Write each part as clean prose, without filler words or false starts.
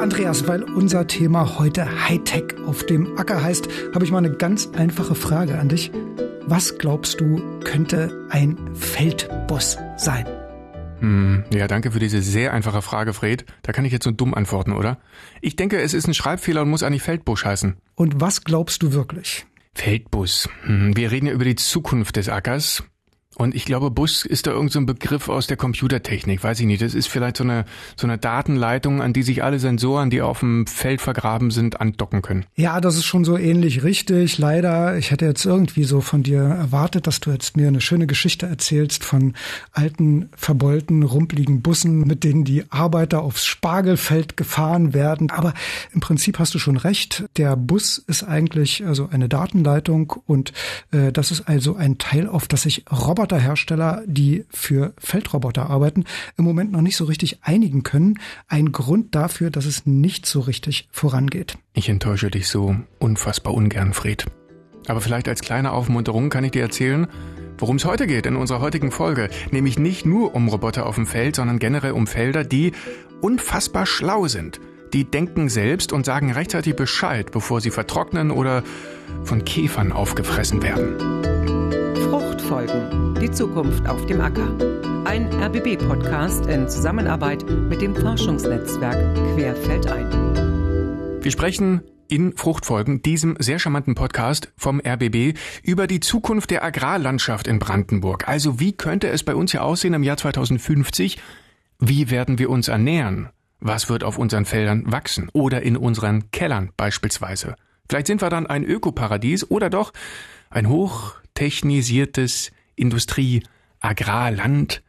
Andreas, weil unser Thema heute Hightech auf dem Acker heißt, habe ich mal eine ganz einfache Frage an dich. Was glaubst du, könnte ein Feldbus sein? Ja, danke für diese sehr einfache Frage, Fred. Da kann ich jetzt so dumm antworten, oder? Ich denke, es ist ein Schreibfehler und muss eigentlich Feldbusch heißen. Und was glaubst du wirklich? Feldbus. Wir reden ja über die Zukunft des Ackers. Und ich glaube, Bus ist da irgend so ein Begriff aus der Computertechnik, weiß ich nicht. Das ist vielleicht so eine Datenleitung, an die sich alle Sensoren, die auf dem Feld vergraben sind, andocken können. Ja, das ist schon so ähnlich richtig. Leider, ich hätte jetzt irgendwie so von dir erwartet, dass du jetzt mir eine schöne Geschichte erzählst von alten, verbeulten, rumpeligen Bussen, mit denen die Arbeiter aufs Spargelfeld gefahren werden. Aber im Prinzip hast du schon recht. Der Bus ist eigentlich also eine Datenleitung und das ist also ein Teil, auf das sich Roboterhersteller, die für Feldroboter arbeiten, im Moment noch nicht so richtig einigen können. Ein Grund dafür, dass es nicht so richtig vorangeht. Ich enttäusche dich so unfassbar ungern, Fred. Aber vielleicht als kleine Aufmunterung kann ich dir erzählen, worum es heute geht in unserer heutigen Folge. Nämlich nicht nur um Roboter auf dem Feld, sondern generell um Felder, die unfassbar schlau sind. Die denken selbst und sagen rechtzeitig Bescheid, bevor sie vertrocknen oder von Käfern aufgefressen werden. Fruchtfolgen. Die Zukunft auf dem Acker. Ein RBB-Podcast in Zusammenarbeit mit dem Forschungsnetzwerk Querfeldein. Wir sprechen in Fruchtfolgen, diesem sehr charmanten Podcast vom RBB, über die Zukunft der Agrarlandschaft in Brandenburg. Also wie könnte es bei uns hier aussehen im Jahr 2050? Wie werden wir uns ernähren? Was wird auf unseren Feldern wachsen? Oder in unseren Kellern beispielsweise? Vielleicht sind wir dann ein Ökoparadies oder doch ein hochtechnisiertes Industrie-Agrarland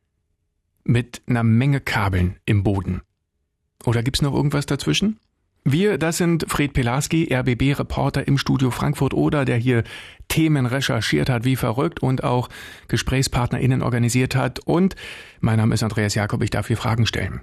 mit einer Menge Kabeln im Boden. Oder gibt's noch irgendwas dazwischen? Wir, das sind Fred Pelarski, RBB-Reporter im Studio Frankfurt oder der hier Themen recherchiert hat wie verrückt und auch GesprächspartnerInnen organisiert hat. Und mein Name ist Andreas Jakob, ich darf hier Fragen stellen.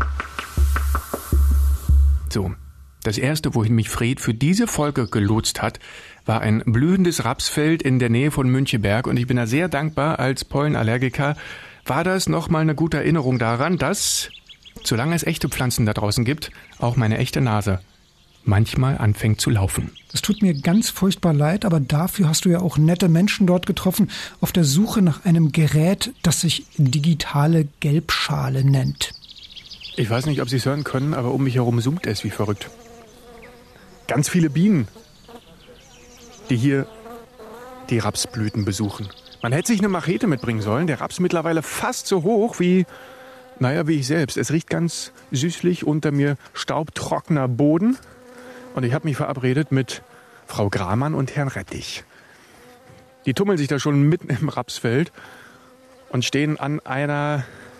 So, das erste, wohin mich Fred für diese Folge gelotst hat, war ein blühendes Rapsfeld in der Nähe von Müncheberg. Und ich bin da sehr dankbar, als Pollenallergiker war das nochmal eine gute Erinnerung daran, dass, solange es echte Pflanzen da draußen gibt, auch meine echte Nase manchmal anfängt zu laufen. Das tut mir ganz furchtbar leid, aber dafür hast du ja auch nette Menschen dort getroffen, auf der Suche nach einem Gerät, das sich digitale Gelbschale nennt. Ich weiß nicht, ob Sie es hören können, aber um mich herum summt es wie verrückt. Ganz viele Bienen, die hier die Rapsblüten besuchen. Man hätte sich eine Machete mitbringen sollen. Der Raps mittlerweile fast so hoch wie ich selbst. Es riecht ganz süßlich, unter mir staubtrockener Boden. Und ich habe mich verabredet mit Frau Gramann und Herrn Rettich. Die tummeln sich da schon mitten im Rapsfeld und stehen an einer,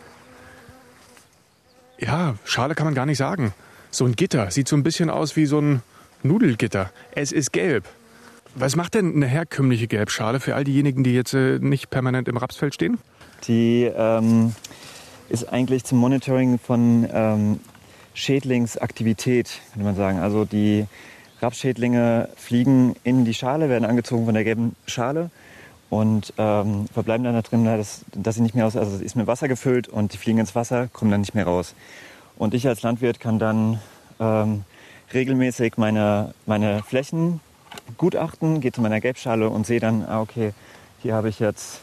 Schale kann man gar nicht sagen. So ein Gitter. Sieht so ein bisschen aus wie so ein Nudelgitter. Es ist gelb. Was macht denn eine herkömmliche Gelbschale für all diejenigen, die jetzt nicht permanent im Rapsfeld stehen? Die ist eigentlich zum Monitoring von Schädlingsaktivität, könnte man sagen. Also die Rapsschädlinge fliegen in die Schale, werden angezogen von der gelben Schale und verbleiben dann da drin, dass sie nicht mehr also ist mit Wasser gefüllt und die fliegen ins Wasser, kommen dann nicht mehr raus. Und ich als Landwirt kann dann regelmäßig meine Flächen gutachten, gehe zu meiner Gelbschale und sehe dann, okay, hier habe ich jetzt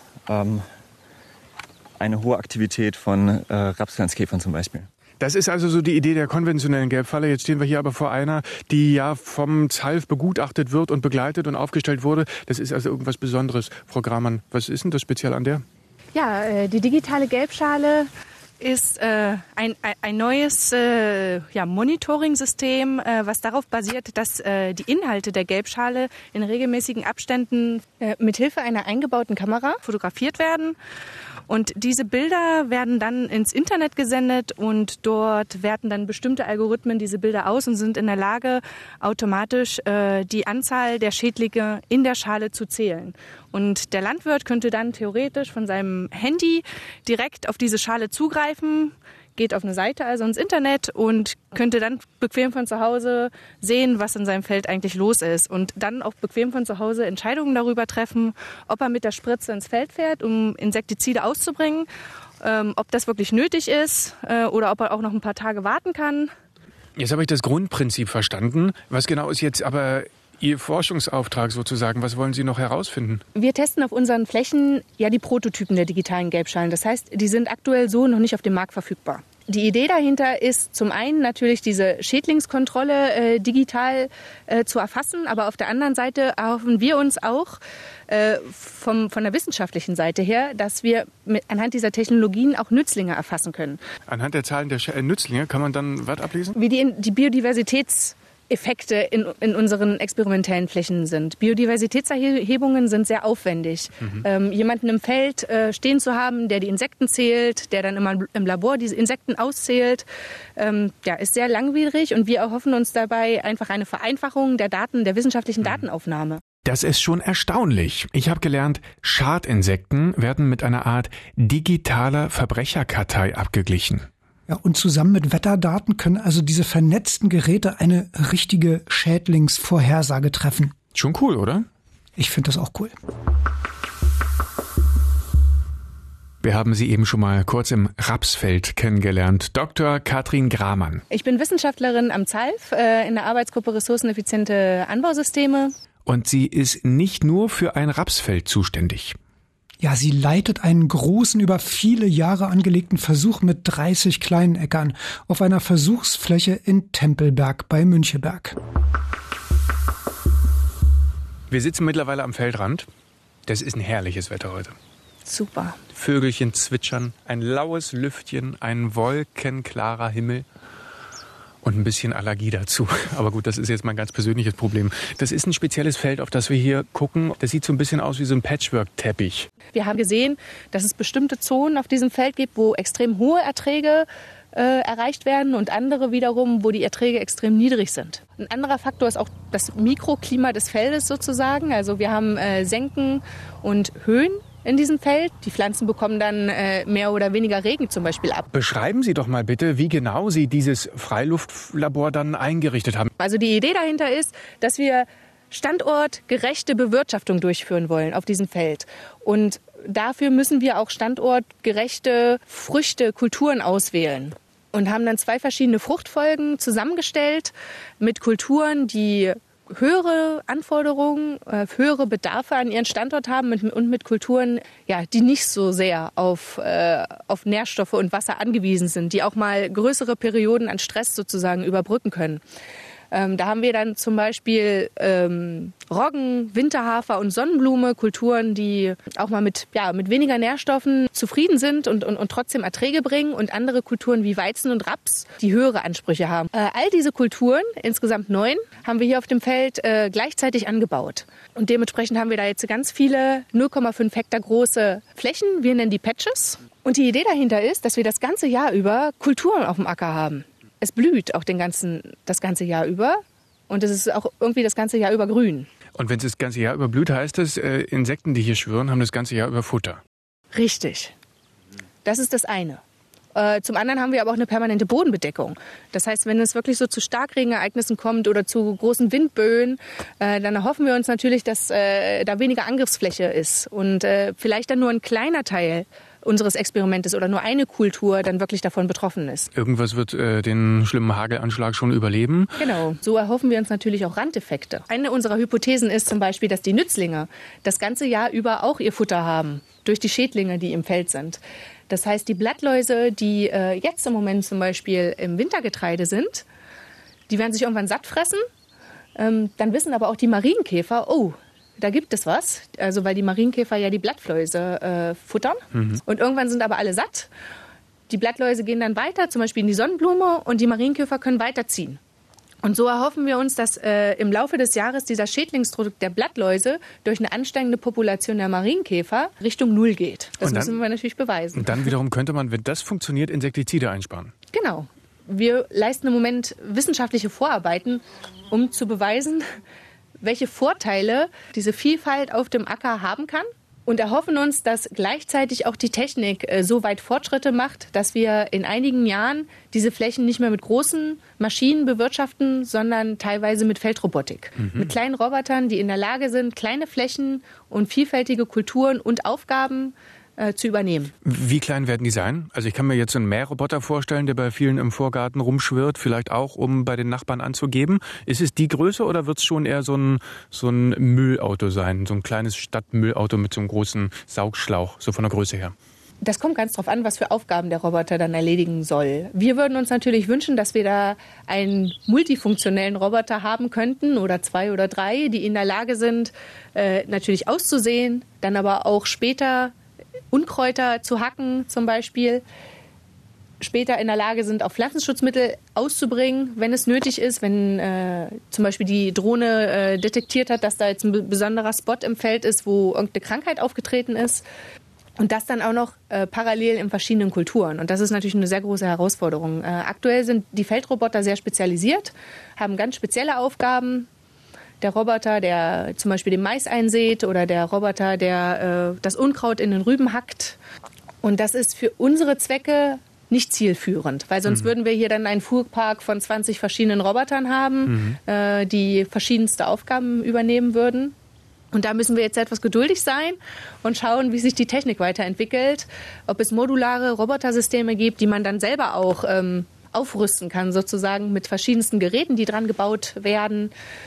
eine hohe Aktivität von Rapspflanzkäfern zum Beispiel. Das ist also so die Idee der konventionellen Gelbfalle. Jetzt stehen wir hier aber vor einer, die ja vom ZALF begutachtet wird und begleitet und aufgestellt wurde. Das ist also irgendwas Besonderes. Frau Gramann, was ist denn das speziell an der? Ja, die digitale Gelbschale ist ein neues Monitoring-System, was darauf basiert, dass die Inhalte der Gelbschale in regelmäßigen Abständen mithilfe einer eingebauten Kamera fotografiert werden. Und diese Bilder werden dann ins Internet gesendet und dort werten dann bestimmte Algorithmen diese Bilder aus und sind in der Lage, automatisch die Anzahl der Schädlinge in der Schale zu zählen. Und der Landwirt könnte dann theoretisch von seinem Handy direkt auf diese Schale zugreifen, geht auf eine Seite, also ins Internet und könnte dann bequem von zu Hause sehen, was in seinem Feld eigentlich los ist. Und dann auch bequem von zu Hause Entscheidungen darüber treffen, ob er mit der Spritze ins Feld fährt, um Insektizide auszubringen, ob das wirklich nötig ist oder ob er auch noch ein paar Tage warten kann. Jetzt habe ich das Grundprinzip verstanden. Was genau ist jetzt aber Ihr Forschungsauftrag sozusagen? Was wollen Sie noch herausfinden? Wir testen auf unseren Flächen ja die Prototypen der digitalen Gelbschalen. Das heißt, die sind aktuell so noch nicht auf dem Markt verfügbar. Die Idee dahinter ist zum einen natürlich diese Schädlingskontrolle digital zu erfassen, aber auf der anderen Seite erhoffen wir uns auch von der wissenschaftlichen Seite her, dass wir anhand dieser Technologien auch Nützlinge erfassen können. Anhand der Zahlen der Nützlinge kann man dann was ablesen? Wie die Biodiversitätseffekte in unseren experimentellen Flächen sind. Biodiversitätserhebungen sind sehr aufwendig. Jemanden im Feld stehen zu haben, der die Insekten zählt, der dann immer im Labor diese Insekten auszählt, ist sehr langwierig und wir erhoffen uns dabei einfach eine Vereinfachung der Daten, der wissenschaftlichen Datenaufnahme. Das ist schon erstaunlich. Ich habe gelernt, Schadinsekten werden mit einer Art digitaler Verbrecherkartei abgeglichen. Ja, und zusammen mit Wetterdaten können also diese vernetzten Geräte eine richtige Schädlingsvorhersage treffen. Schon cool, oder? Ich finde das auch cool. Wir haben Sie eben schon mal kurz im Rapsfeld kennengelernt. Dr. Katrin Gramann. Ich bin Wissenschaftlerin am ZALF in der Arbeitsgruppe Ressourceneffiziente Anbausysteme. Und sie ist nicht nur für ein Rapsfeld zuständig. Ja, sie leitet einen großen, über viele Jahre angelegten Versuch mit 30 kleinen Äckern auf einer Versuchsfläche in Tempelberg bei Müncheberg. Wir sitzen mittlerweile am Feldrand. Das ist ein herrliches Wetter heute. Super. Vögelchen zwitschern, ein laues Lüftchen, ein wolkenklarer Himmel. Und ein bisschen Allergie dazu. Aber gut, das ist jetzt mein ganz persönliches Problem. Das ist ein spezielles Feld, auf das wir hier gucken. Das sieht so ein bisschen aus wie so ein Patchwork-Teppich. Wir haben gesehen, dass es bestimmte Zonen auf diesem Feld gibt, wo extrem hohe Erträge erreicht werden und andere wiederum, wo die Erträge extrem niedrig sind. Ein anderer Faktor ist auch das Mikroklima des Feldes sozusagen. Also wir haben Senken und Höhen in diesem Feld. Die Pflanzen bekommen dann mehr oder weniger Regen zum Beispiel ab. Beschreiben Sie doch mal bitte, wie genau Sie dieses Freiluftlabor dann eingerichtet haben. Also die Idee dahinter ist, dass wir standortgerechte Bewirtschaftung durchführen wollen auf diesem Feld. Und dafür müssen wir auch standortgerechte Früchte, Kulturen auswählen. Und haben dann 2 verschiedene Fruchtfolgen zusammengestellt mit Kulturen, die höhere Anforderungen, höhere Bedarfe an ihren Standort haben und mit Kulturen, ja, die nicht so sehr auf Nährstoffe und Wasser angewiesen sind, die auch mal größere Perioden an Stress sozusagen überbrücken können. Da haben wir dann zum Beispiel Roggen, Winterhafer und Sonnenblume, Kulturen, die auch mal mit weniger Nährstoffen zufrieden sind und trotzdem Erträge bringen, und andere Kulturen wie Weizen und Raps, die höhere Ansprüche haben. All diese Kulturen, insgesamt 9, haben wir hier auf dem Feld gleichzeitig angebaut. Und dementsprechend haben wir da jetzt ganz viele 0,5 Hektar große Flächen. Wir nennen die Patches. Und die Idee dahinter ist, dass wir das ganze Jahr über Kulturen auf dem Acker haben. Es blüht auch das ganze Jahr über, und es ist auch irgendwie das ganze Jahr über grün. Und wenn es das ganze Jahr über blüht, heißt das, Insekten, die hier schwirren, haben das ganze Jahr über Futter. Richtig. Das ist das eine. Zum anderen haben wir aber auch eine permanente Bodenbedeckung. Das heißt, wenn es wirklich so zu Starkregenereignissen kommt oder zu großen Windböen, dann erhoffen wir uns natürlich, dass da weniger Angriffsfläche ist und vielleicht dann nur ein kleiner Teil unseres Experimentes oder nur eine Kultur dann wirklich davon betroffen ist. Irgendwas wird den schlimmen Hagelanschlag schon überleben. Genau. So erhoffen wir uns natürlich auch Randeffekte. Eine unserer Hypothesen ist zum Beispiel, dass die Nützlinge das ganze Jahr über auch ihr Futter haben, durch die Schädlinge, die im Feld sind. Das heißt, die Blattläuse, die jetzt im Moment zum Beispiel im Wintergetreide sind, die werden sich irgendwann satt fressen. Dann wissen aber auch die Marienkäfer, oh, da gibt es was. Also weil die Marienkäfer ja die Blattläuse futtern. Und irgendwann sind aber alle satt. Die Blattläuse gehen dann weiter, zum Beispiel in die Sonnenblume, und die Marienkäfer können weiterziehen. Und so erhoffen wir uns, dass im Laufe des Jahres dieser Schädlingsdruck der Blattläuse durch eine ansteigende Population der Marienkäfer Richtung Null geht. Das müssen wir natürlich beweisen. Und dann wiederum könnte man, wenn das funktioniert, Insektizide einsparen. Genau. Wir leisten im Moment wissenschaftliche Vorarbeiten, um zu beweisen, welche Vorteile diese Vielfalt auf dem Acker haben kann. Und erhoffen uns, dass gleichzeitig auch die Technik so weit Fortschritte macht, dass wir in einigen Jahren diese Flächen nicht mehr mit großen Maschinen bewirtschaften, sondern teilweise mit Feldrobotik. Mit kleinen Robotern, die in der Lage sind, kleine Flächen und vielfältige Kulturen und Aufgaben zu übernehmen. Wie klein werden die sein? Also ich kann mir jetzt einen Mähroboter vorstellen, der bei vielen im Vorgarten rumschwirrt, vielleicht auch, um bei den Nachbarn anzugeben. Ist es die Größe oder wird es schon eher so ein Müllauto sein, so ein kleines Stadtmüllauto mit so einem großen Saugschlauch, so von der Größe her? Das kommt ganz drauf an, was für Aufgaben der Roboter dann erledigen soll. Wir würden uns natürlich wünschen, dass wir da einen multifunktionellen Roboter haben könnten oder 2 oder 3, die in der Lage sind, natürlich auszusehen, dann aber auch später Unkräuter zu hacken zum Beispiel, später in der Lage sind, auch Pflanzenschutzmittel auszubringen, wenn es nötig ist, wenn zum Beispiel die Drohne detektiert hat, dass da jetzt ein besonderer Spot im Feld ist, wo irgendeine Krankheit aufgetreten ist. Und das dann auch noch parallel in verschiedenen Kulturen. Und das ist natürlich eine sehr große Herausforderung. Aktuell sind die Feldroboter sehr spezialisiert, haben ganz spezielle Aufgaben. Der Roboter, der zum Beispiel den Mais einsät oder der Roboter, der das Unkraut in den Rüben hackt. Und das ist für unsere Zwecke nicht zielführend, weil sonst würden wir hier dann einen Fuhrpark von 20 verschiedenen Robotern haben, die verschiedenste Aufgaben übernehmen würden. Und da müssen wir jetzt etwas geduldig sein und schauen, wie sich die Technik weiterentwickelt, ob es modulare Robotersysteme gibt, die man dann selber auch aufrüsten kann, sozusagen mit verschiedensten Geräten, die dran gebaut werden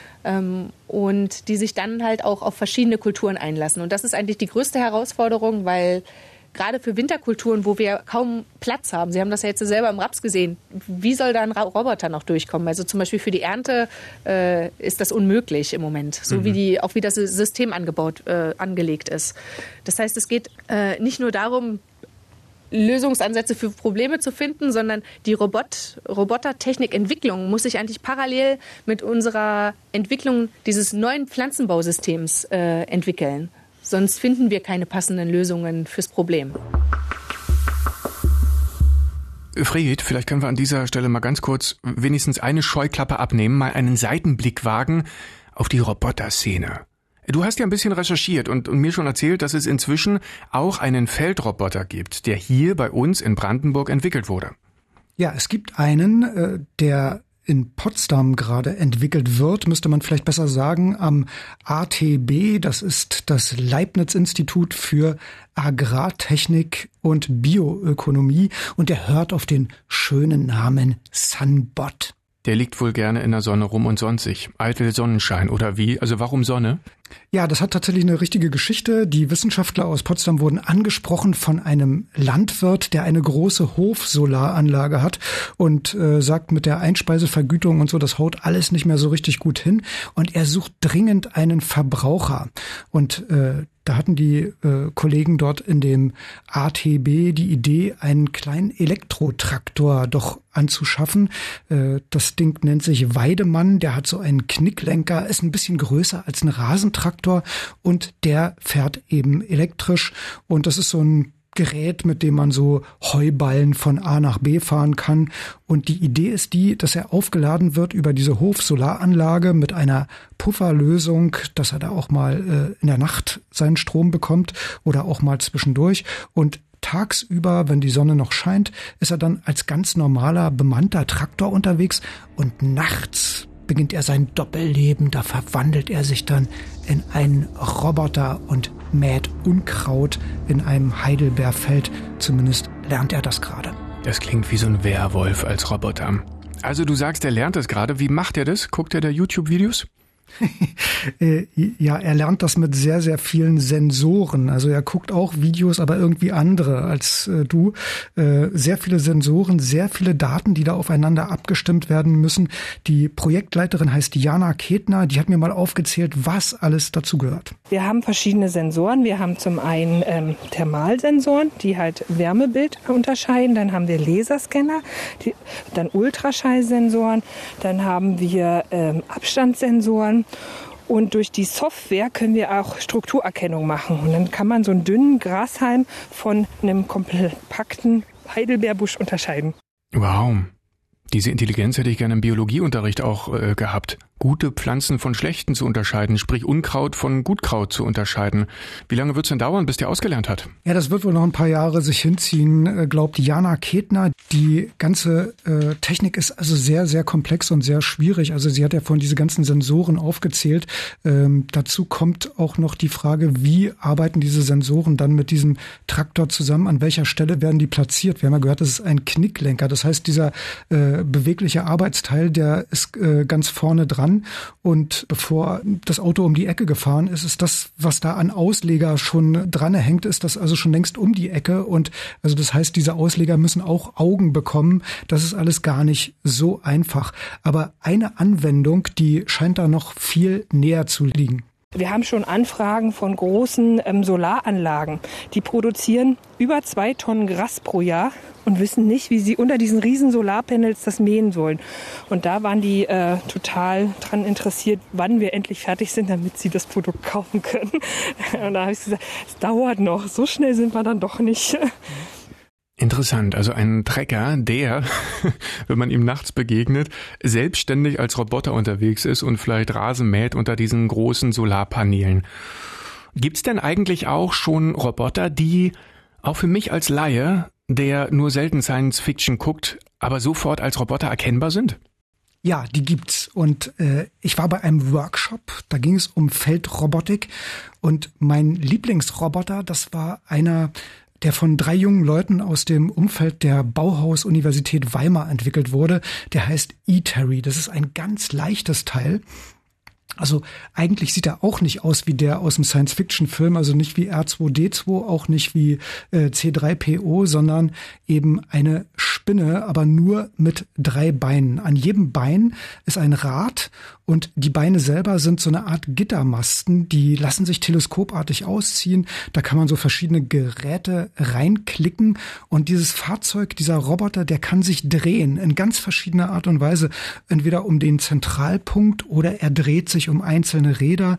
und die sich dann halt auch auf verschiedene Kulturen einlassen. Und das ist eigentlich die größte Herausforderung, weil gerade für Winterkulturen, wo wir kaum Platz haben, Sie haben das ja jetzt selber im Raps gesehen, wie soll da ein Roboter noch durchkommen? Also zum Beispiel für die Ernte ist das unmöglich im Moment, so wie das System angelegt ist. Das heißt, es geht nicht nur darum, Lösungsansätze für Probleme zu finden, sondern die Robotertechnikentwicklung muss sich eigentlich parallel mit unserer Entwicklung dieses neuen Pflanzenbausystems entwickeln. Sonst finden wir keine passenden Lösungen fürs Problem. Fred, vielleicht können wir an dieser Stelle mal ganz kurz wenigstens eine Scheuklappe abnehmen, mal einen Seitenblick wagen auf die Roboterszene. Du hast ja ein bisschen recherchiert und mir schon erzählt, dass es inzwischen auch einen Feldroboter gibt, der hier bei uns in Brandenburg entwickelt wurde. Ja, es gibt einen, der in Potsdam gerade entwickelt wird, müsste man vielleicht besser sagen, am ATB, das ist das Leibniz-Institut für Agrartechnik und Bioökonomie, und der hört auf den schönen Namen Sunbot. Der liegt wohl gerne in der Sonne rum und sonstig. Eitel Sonnenschein oder wie? Also warum Sonne? Ja, das hat tatsächlich eine richtige Geschichte. Die Wissenschaftler aus Potsdam wurden angesprochen von einem Landwirt, der eine große Hofsolaranlage hat und sagt, mit der Einspeisevergütung und so, das haut alles nicht mehr so richtig gut hin. Und er sucht dringend einen Verbraucher. Und da hatten die Kollegen dort in dem ATB die Idee, einen kleinen Elektrotraktor doch anzuschaffen. Das Ding nennt sich Weidemann, der hat so einen Knicklenker, ist ein bisschen größer als ein Rasentraktor und der fährt eben elektrisch. Und das ist so ein Gerät, mit dem man so Heuballen von A nach B fahren kann. Und die Idee ist die, dass er aufgeladen wird über diese Hofsolaranlage mit einer Pufferlösung, dass er da auch mal in der Nacht seinen Strom bekommt oder auch mal zwischendurch. Und tagsüber, wenn die Sonne noch scheint, ist er dann als ganz normaler bemannter Traktor unterwegs. Und nachts beginnt er sein Doppelleben. Da verwandelt er sich dann in einen Roboter und mäht Unkraut in einem Heidelbeerfeld. Zumindest lernt er das gerade. Das klingt wie so ein Werwolf als Roboter. Also du sagst, er lernt das gerade. Wie macht er das? Guckt er da YouTube-Videos? Ja, er lernt das mit sehr, sehr vielen Sensoren. Also er guckt auch Videos, aber irgendwie andere als du. Sehr viele Sensoren, sehr viele Daten, die da aufeinander abgestimmt werden müssen. Die Projektleiterin heißt Jana Ketner. Die hat mir mal aufgezählt, was alles dazu gehört. Wir haben verschiedene Sensoren. Wir haben zum einen Thermalsensoren, die halt Wärmebild unterscheiden. Dann haben wir Laserscanner, dann Ultraschallsensoren. Dann haben wir Abstandssensoren. Und durch die Software können wir auch Strukturerkennung machen. Und dann kann man so einen dünnen Grashalm von einem kompakten Heidelbeerbusch unterscheiden. Wow, diese Intelligenz hätte ich gerne im Biologieunterricht auch gehabt. gute Pflanzen von schlechten zu unterscheiden, sprich Unkraut von Gutkraut zu unterscheiden. Wie lange wird es denn dauern, bis der ausgelernt hat? Ja, das wird wohl noch ein paar Jahre sich hinziehen, glaubt Jana Ketner. Die ganze Technik ist also sehr, sehr komplex und sehr schwierig. Also sie hat ja vorhin diese ganzen Sensoren aufgezählt. Dazu kommt auch noch die Frage, wie arbeiten diese Sensoren dann mit diesem Traktor zusammen? An welcher Stelle werden die platziert? Wir haben ja gehört, das ist ein Knicklenker. Das heißt, dieser bewegliche Arbeitsteil, der ist ganz vorne dran. Und bevor das Auto um die Ecke gefahren ist, ist das, was da an Ausleger schon dran hängt, ist das also schon längst um die Ecke. Und also das heißt, diese Ausleger müssen auch Augen bekommen. Das ist alles gar nicht so einfach. Aber eine Anwendung, die scheint da noch viel näher zu liegen. Wir haben schon Anfragen von großen Solaranlagen. Die produzieren über 2 Tonnen Gras pro Jahr und wissen nicht, wie sie unter diesen riesen Solarpanels das mähen sollen. Und da waren die total dran interessiert, wann wir endlich fertig sind, damit sie das Produkt kaufen können. Und da habe ich gesagt, es dauert noch, so schnell sind wir dann doch nicht. Interessant, also ein Trecker, der, wenn man ihm nachts begegnet, selbstständig als Roboter unterwegs ist und vielleicht Rasen mäht unter diesen großen Solarpanelen. Gibt's denn eigentlich auch schon Roboter, die, auch für mich als Laie, der nur selten Science Fiction guckt, aber sofort als Roboter erkennbar sind? Ja, die gibt's. Und ich war bei einem Workshop, da ging es um Feldrobotik. Und mein Lieblingsroboter, das war einer, der von 3 jungen Leuten aus dem Umfeld der Bauhaus-Universität Weimar entwickelt wurde. Der heißt eTerry. Das ist ein ganz leichtes Teil. Also eigentlich sieht er auch nicht aus wie der aus dem Science-Fiction-Film, also nicht wie R2-D2, auch nicht wie C3PO, sondern eben eine Spinne, aber nur mit 3 Beinen. An jedem Bein ist ein Rad und die Beine selber sind so eine Art Gittermasten, die lassen sich teleskopartig ausziehen. Da kann man so verschiedene Geräte reinklicken und dieses Fahrzeug, dieser Roboter, der kann sich drehen in ganz verschiedener Art und Weise, entweder um den Zentralpunkt oder er dreht sich um einzelne Räder.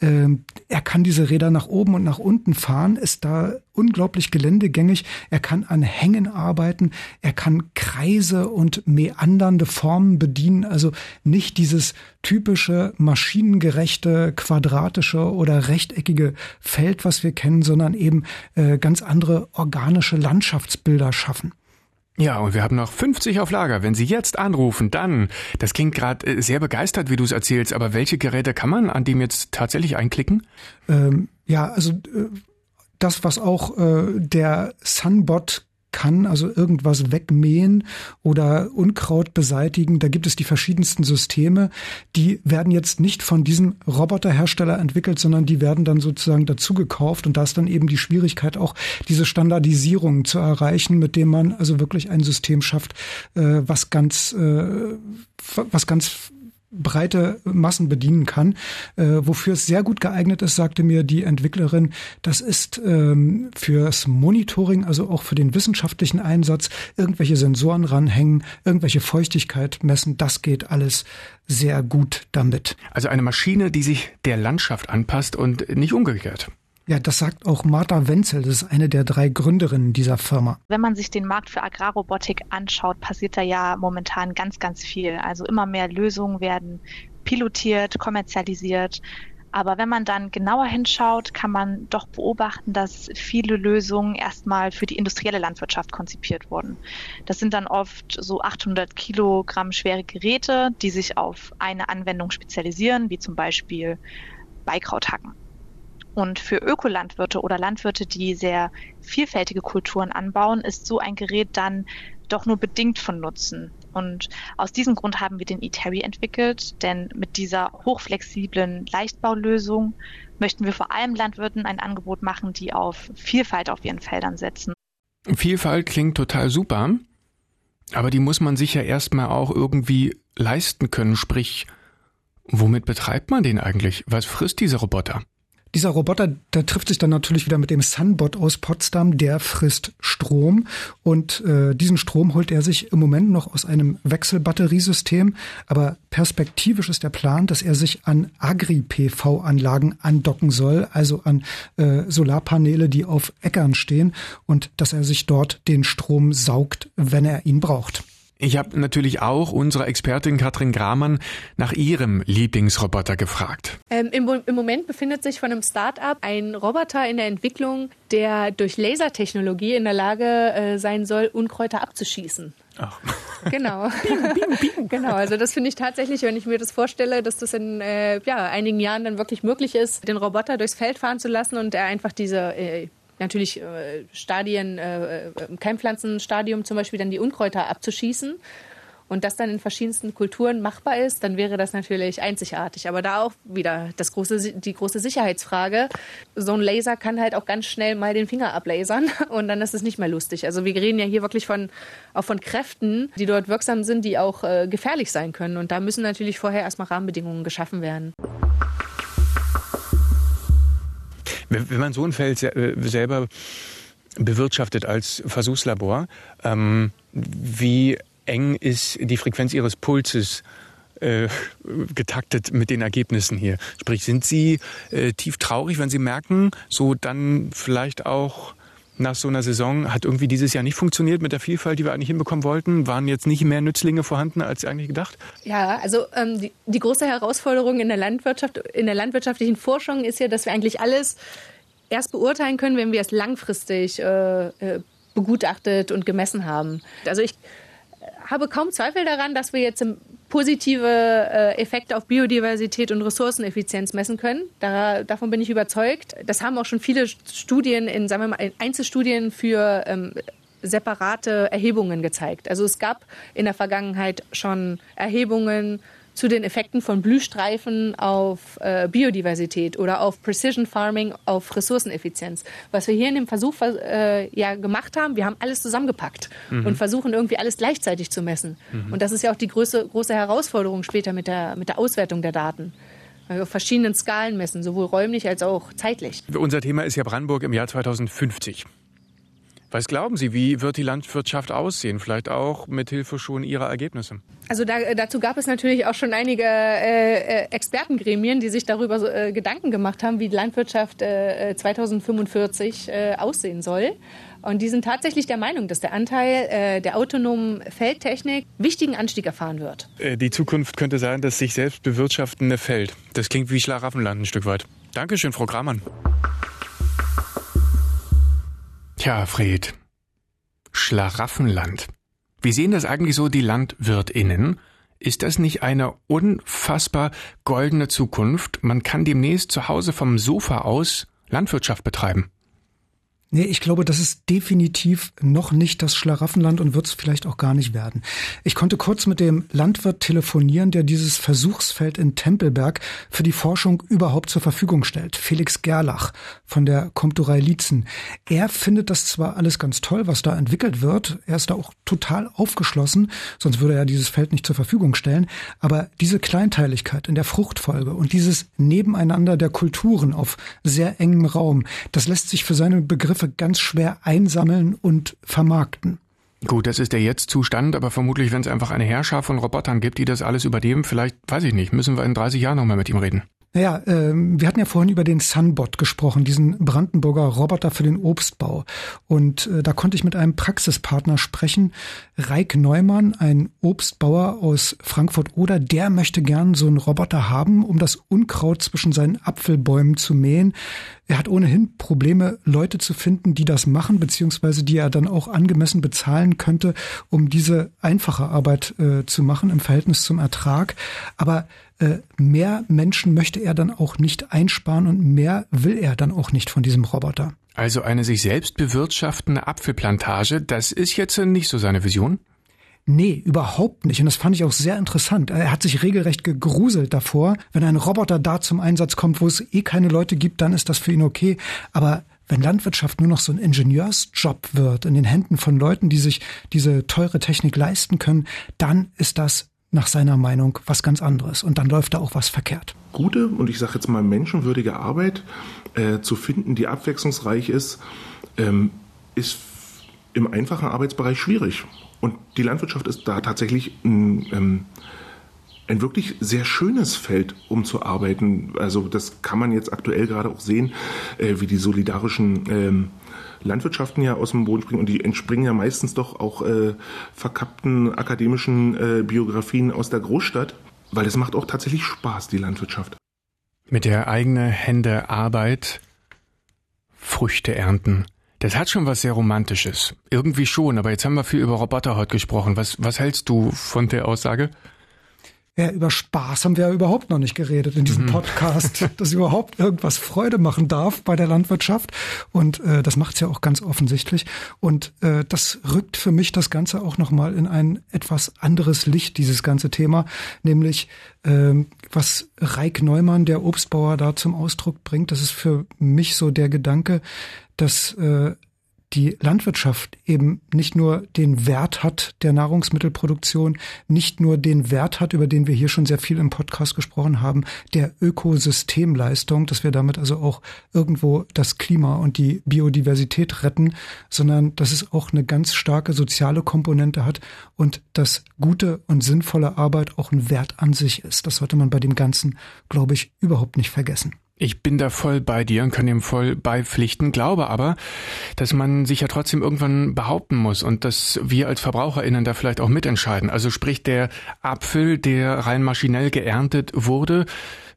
Er kann diese Räder nach oben und nach unten fahren, ist da unglaublich geländegängig. Er kann an Hängen arbeiten, er kann Kreise und meandernde Formen bedienen, also nicht dieses typische maschinengerechte, quadratische oder rechteckige Feld, was wir kennen, sondern eben ganz andere organische Landschaftsbilder schaffen. Ja, und wir haben noch 50 auf Lager. Wenn Sie jetzt anrufen, dann, das klingt gerade sehr begeistert, wie du es erzählst, aber welche Geräte kann man an dem jetzt tatsächlich einklicken? Das, was auch der Sunbot kann, also irgendwas wegmähen oder Unkraut beseitigen. Da gibt es die verschiedensten Systeme. Die werden jetzt nicht von diesem Roboterhersteller entwickelt, sondern die werden dann sozusagen dazu gekauft. Und da ist dann eben die Schwierigkeit auch, diese Standardisierung zu erreichen, mit dem man also wirklich ein System schafft, was ganz breite Massen bedienen kann. Wofür es sehr gut geeignet ist, sagte mir die Entwicklerin, das ist fürs Monitoring, also auch für den wissenschaftlichen Einsatz, irgendwelche Sensoren ranhängen, irgendwelche Feuchtigkeit messen, das geht alles sehr gut damit. Also eine Maschine, die sich der Landschaft anpasst und nicht umgekehrt. Ja, das sagt auch Martha Wenzel, das ist eine der 3 Gründerinnen dieser Firma. Wenn man sich den Markt für Agrarrobotik anschaut, passiert da ja momentan ganz, ganz viel. Also immer mehr Lösungen werden pilotiert, kommerzialisiert. Aber wenn man dann genauer hinschaut, kann man doch beobachten, dass viele Lösungen erstmal für die industrielle Landwirtschaft konzipiert wurden. Das sind dann oft so 800 Kilogramm schwere Geräte, die sich auf eine Anwendung spezialisieren, wie zum Beispiel Beikrauthacken. Und für Ökolandwirte oder Landwirte, die sehr vielfältige Kulturen anbauen, ist so ein Gerät dann doch nur bedingt von Nutzen. Und aus diesem Grund haben wir den eTerry entwickelt, denn mit dieser hochflexiblen Leichtbaulösung möchten wir vor allem Landwirten ein Angebot machen, die auf Vielfalt auf ihren Feldern setzen. Vielfalt klingt total super, aber die muss man sich ja erstmal auch irgendwie leisten können, sprich, womit betreibt man den eigentlich? Was frisst dieser Roboter? Dieser Roboter, der trifft sich dann natürlich wieder mit dem Sunbot aus Potsdam, der frisst Strom und diesen Strom holt er sich im Moment noch aus einem Wechselbatteriesystem, aber perspektivisch ist der Plan, dass er sich an Agri-PV-Anlagen andocken soll, also an Solarpaneele, die auf Äckern stehen und dass er sich dort den Strom saugt, wenn er ihn braucht. Ich habe natürlich auch unsere Expertin Katrin Gramann nach ihrem Lieblingsroboter gefragt. Im Moment befindet sich von einem Start-up ein Roboter in der Entwicklung, der durch Lasertechnologie in der Lage sein soll, Unkräuter abzuschießen. Ach. Genau. Genau, also das finde ich tatsächlich, wenn ich mir das vorstelle, dass das in einigen Jahren dann wirklich möglich ist, den Roboter durchs Feld fahren zu lassen und er einfach diese natürlich Stadien, im Keimpflanzenstadium zum Beispiel dann die Unkräuter abzuschießen und das dann in verschiedensten Kulturen machbar ist, dann wäre das natürlich einzigartig. Aber da auch wieder die große Sicherheitsfrage. So ein Laser kann halt auch ganz schnell mal den Finger ablasern und dann ist es nicht mehr lustig. Also wir reden ja hier wirklich von Kräften, die dort wirksam sind, die auch gefährlich sein können. Und da müssen natürlich vorher erstmal Rahmenbedingungen geschaffen werden. Wenn man so ein Feld selber bewirtschaftet als Versuchslabor, wie eng ist die Frequenz Ihres Pulses getaktet mit den Ergebnissen hier? Sprich, sind Sie tief traurig, wenn Sie merken, so dann vielleicht auch nach so einer Saison hat irgendwie dieses Jahr nicht funktioniert mit der Vielfalt, die wir eigentlich hinbekommen wollten? Waren jetzt nicht mehr Nützlinge vorhanden als eigentlich gedacht? Ja, also die große Herausforderung in der Landwirtschaft, in der landwirtschaftlichen Forschung ist ja, dass wir eigentlich alles erst beurteilen können, wenn wir es langfristig begutachtet und gemessen haben. Also ich habe kaum Zweifel daran, dass wir jetzt positive Effekte auf Biodiversität und Ressourceneffizienz messen können. Davon bin ich überzeugt. Das haben auch schon viele Studien in Einzelstudien für separate Erhebungen gezeigt. Also es gab in der Vergangenheit schon Erhebungen zu den Effekten von Blühstreifen auf Biodiversität oder auf Precision Farming, auf Ressourceneffizienz. Was wir hier in dem Versuch gemacht haben, wir haben alles zusammengepackt und versuchen irgendwie alles gleichzeitig zu messen. Und das ist ja auch die große Herausforderung später mit der Auswertung der Daten. Weil wir auf verschiedenen Skalen messen, sowohl räumlich als auch zeitlich. Unser Thema ist ja Brandenburg im Jahr 2050. Was glauben Sie, wie wird die Landwirtschaft aussehen? Vielleicht auch mit Hilfe schon Ihrer Ergebnisse? Also dazu gab es natürlich auch schon einige Expertengremien, die sich darüber Gedanken gemacht haben, wie die Landwirtschaft 2045 aussehen soll. Und die sind tatsächlich der Meinung, dass der Anteil der autonomen Feldtechnik wichtigen Anstieg erfahren wird. Die Zukunft könnte sein, das sich selbst bewirtschaftende Feld. Das klingt wie Schlaraffenland ein Stück weit. Dankeschön, Frau Gramann. Tja, Fred, Schlaraffenland. Wie sehen das eigentlich so die LandwirtInnen? Ist das nicht eine unfassbar goldene Zukunft? Man kann demnächst zu Hause vom Sofa aus Landwirtschaft betreiben. Nee, ich glaube, das ist definitiv noch nicht das Schlaraffenland und wird es vielleicht auch gar nicht werden. Ich konnte kurz mit dem Landwirt telefonieren, der dieses Versuchsfeld in Tempelberg für die Forschung überhaupt zur Verfügung stellt. Felix Gerlach von der Komturei Liezen. Er findet das zwar alles ganz toll, was da entwickelt wird. Er ist da auch total aufgeschlossen, sonst würde er dieses Feld nicht zur Verfügung stellen. Aber diese Kleinteiligkeit in der Fruchtfolge und dieses Nebeneinander der Kulturen auf sehr engem Raum, das lässt sich für seine Begriffe ganz schwer einsammeln und vermarkten. Gut, das ist der Jetzt-Zustand, aber vermutlich, wenn es einfach eine Heerschar von Robotern gibt, die das alles übernehmen, vielleicht, weiß ich nicht, müssen wir in 30 Jahren nochmal mit ihm reden. Naja, wir hatten ja vorhin über den Sunbot gesprochen, diesen Brandenburger Roboter für den Obstbau. Und da konnte ich mit einem Praxispartner sprechen, Reik Neumann, ein Obstbauer aus Frankfurt-Oder, der möchte gern so einen Roboter haben, um das Unkraut zwischen seinen Apfelbäumen zu mähen. Er hat ohnehin Probleme, Leute zu finden, die das machen, beziehungsweise die er dann auch angemessen bezahlen könnte, um diese einfache Arbeit zu machen im Verhältnis zum Ertrag. Aber mehr Menschen möchte er dann auch nicht einsparen und mehr will er dann auch nicht von diesem Roboter. Also eine sich selbst bewirtschaftende Apfelplantage, das ist jetzt nicht so seine Vision? Nee, überhaupt nicht. Und das fand ich auch sehr interessant. Er hat sich regelrecht gegruselt davor. Wenn ein Roboter da zum Einsatz kommt, wo es keine Leute gibt, dann ist das für ihn okay. Aber wenn Landwirtschaft nur noch so ein Ingenieursjob wird in den Händen von Leuten, die sich diese teure Technik leisten können, dann ist das nach seiner Meinung was ganz anderes. Und dann läuft da auch was verkehrt. Gute und ich sage jetzt mal menschenwürdige Arbeit zu finden, die abwechslungsreich ist, ist im einfachen Arbeitsbereich schwierig. Und die Landwirtschaft ist da tatsächlich ein wirklich sehr schönes Feld, um zu arbeiten. Also das kann man jetzt aktuell gerade auch sehen, wie die solidarischen Landwirtschaften ja aus dem Boden springen und die entspringen ja meistens doch auch verkappten akademischen Biografien aus der Großstadt, weil es macht auch tatsächlich Spaß, die Landwirtschaft. Mit der eigenen Hände Arbeit, Früchte ernten. Das hat schon was sehr Romantisches. Irgendwie schon, aber jetzt haben wir viel über Roboter heute gesprochen. Was hältst du von der Aussage? Ja, über Spaß haben wir ja überhaupt noch nicht geredet in diesem Podcast, dass überhaupt irgendwas Freude machen darf bei der Landwirtschaft. Und das macht's ja auch ganz offensichtlich. Und das rückt für mich das Ganze auch nochmal in ein etwas anderes Licht, dieses ganze Thema. Nämlich, was Reik Neumann, der Obstbauer, da zum Ausdruck bringt. Das ist für mich so der Gedanke, dass die Landwirtschaft eben nicht nur den Wert hat der Nahrungsmittelproduktion, nicht nur den Wert hat, über den wir hier schon sehr viel im Podcast gesprochen haben, der Ökosystemleistung, dass wir damit also auch irgendwo das Klima und die Biodiversität retten, sondern dass es auch eine ganz starke soziale Komponente hat und dass gute und sinnvolle Arbeit auch ein Wert an sich ist. Das sollte man bei dem Ganzen, glaube ich, überhaupt nicht vergessen. Ich bin da voll bei dir und kann dem voll beipflichten, glaube aber, dass man sich ja trotzdem irgendwann behaupten muss und dass wir als VerbraucherInnen da vielleicht auch mitentscheiden. Also sprich, der Apfel, der rein maschinell geerntet wurde,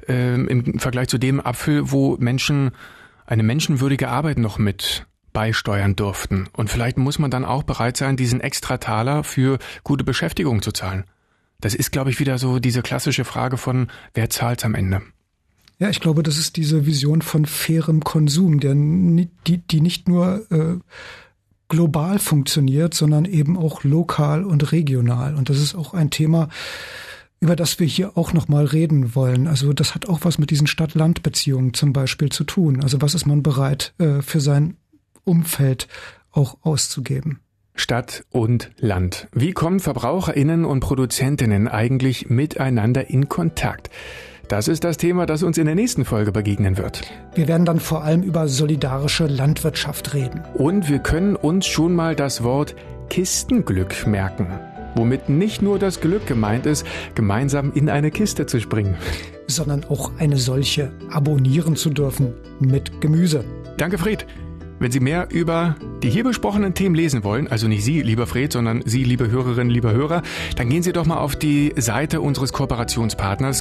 im Vergleich zu dem Apfel, wo Menschen eine menschenwürdige Arbeit noch mit beisteuern durften. Und vielleicht muss man dann auch bereit sein, diesen Extrataler für gute Beschäftigung zu zahlen. Das ist, glaube ich, wieder so diese klassische Frage von, wer zahlt's am Ende? Ja, ich glaube, das ist diese Vision von fairem Konsum, die nicht nur global funktioniert, sondern eben auch lokal und regional. Und das ist auch ein Thema, über das wir hier auch nochmal reden wollen. Also das hat auch was mit diesen Stadt-Land-Beziehungen zum Beispiel zu tun. Also was ist man bereit, für sein Umfeld auch auszugeben? Stadt und Land. Wie kommen VerbraucherInnen und ProduzentInnen eigentlich miteinander in Kontakt? Das ist das Thema, das uns in der nächsten Folge begegnen wird. Wir werden dann vor allem über solidarische Landwirtschaft reden. Und wir können uns schon mal das Wort Kistenglück merken. Womit nicht nur das Glück gemeint ist, gemeinsam in eine Kiste zu springen. Sondern auch eine solche abonnieren zu dürfen mit Gemüse. Danke, Fred. Wenn Sie mehr über die hier besprochenen Themen lesen wollen, also nicht Sie, lieber Fred, sondern Sie, liebe Hörerinnen, lieber Hörer, dann gehen Sie doch mal auf die Seite unseres Kooperationspartners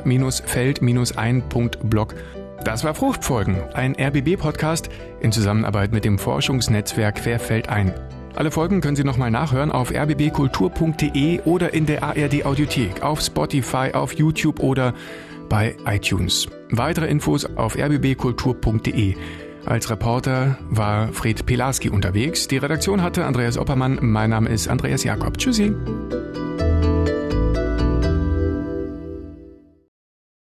quer-feld-ein.blog. Das war Fruchtfolgen, ein RBB-Podcast in Zusammenarbeit mit dem Forschungsnetzwerk Querfeldein. Alle Folgen können Sie nochmal nachhören auf rbbkultur.de oder in der ARD-Audiothek, auf Spotify, auf YouTube oder bei iTunes. Weitere Infos auf rbbkultur.de. Als Reporter war Fred Pilarski unterwegs. Die Redaktion hatte Andreas Oppermann. Mein Name ist Andreas Jakob. Tschüssi.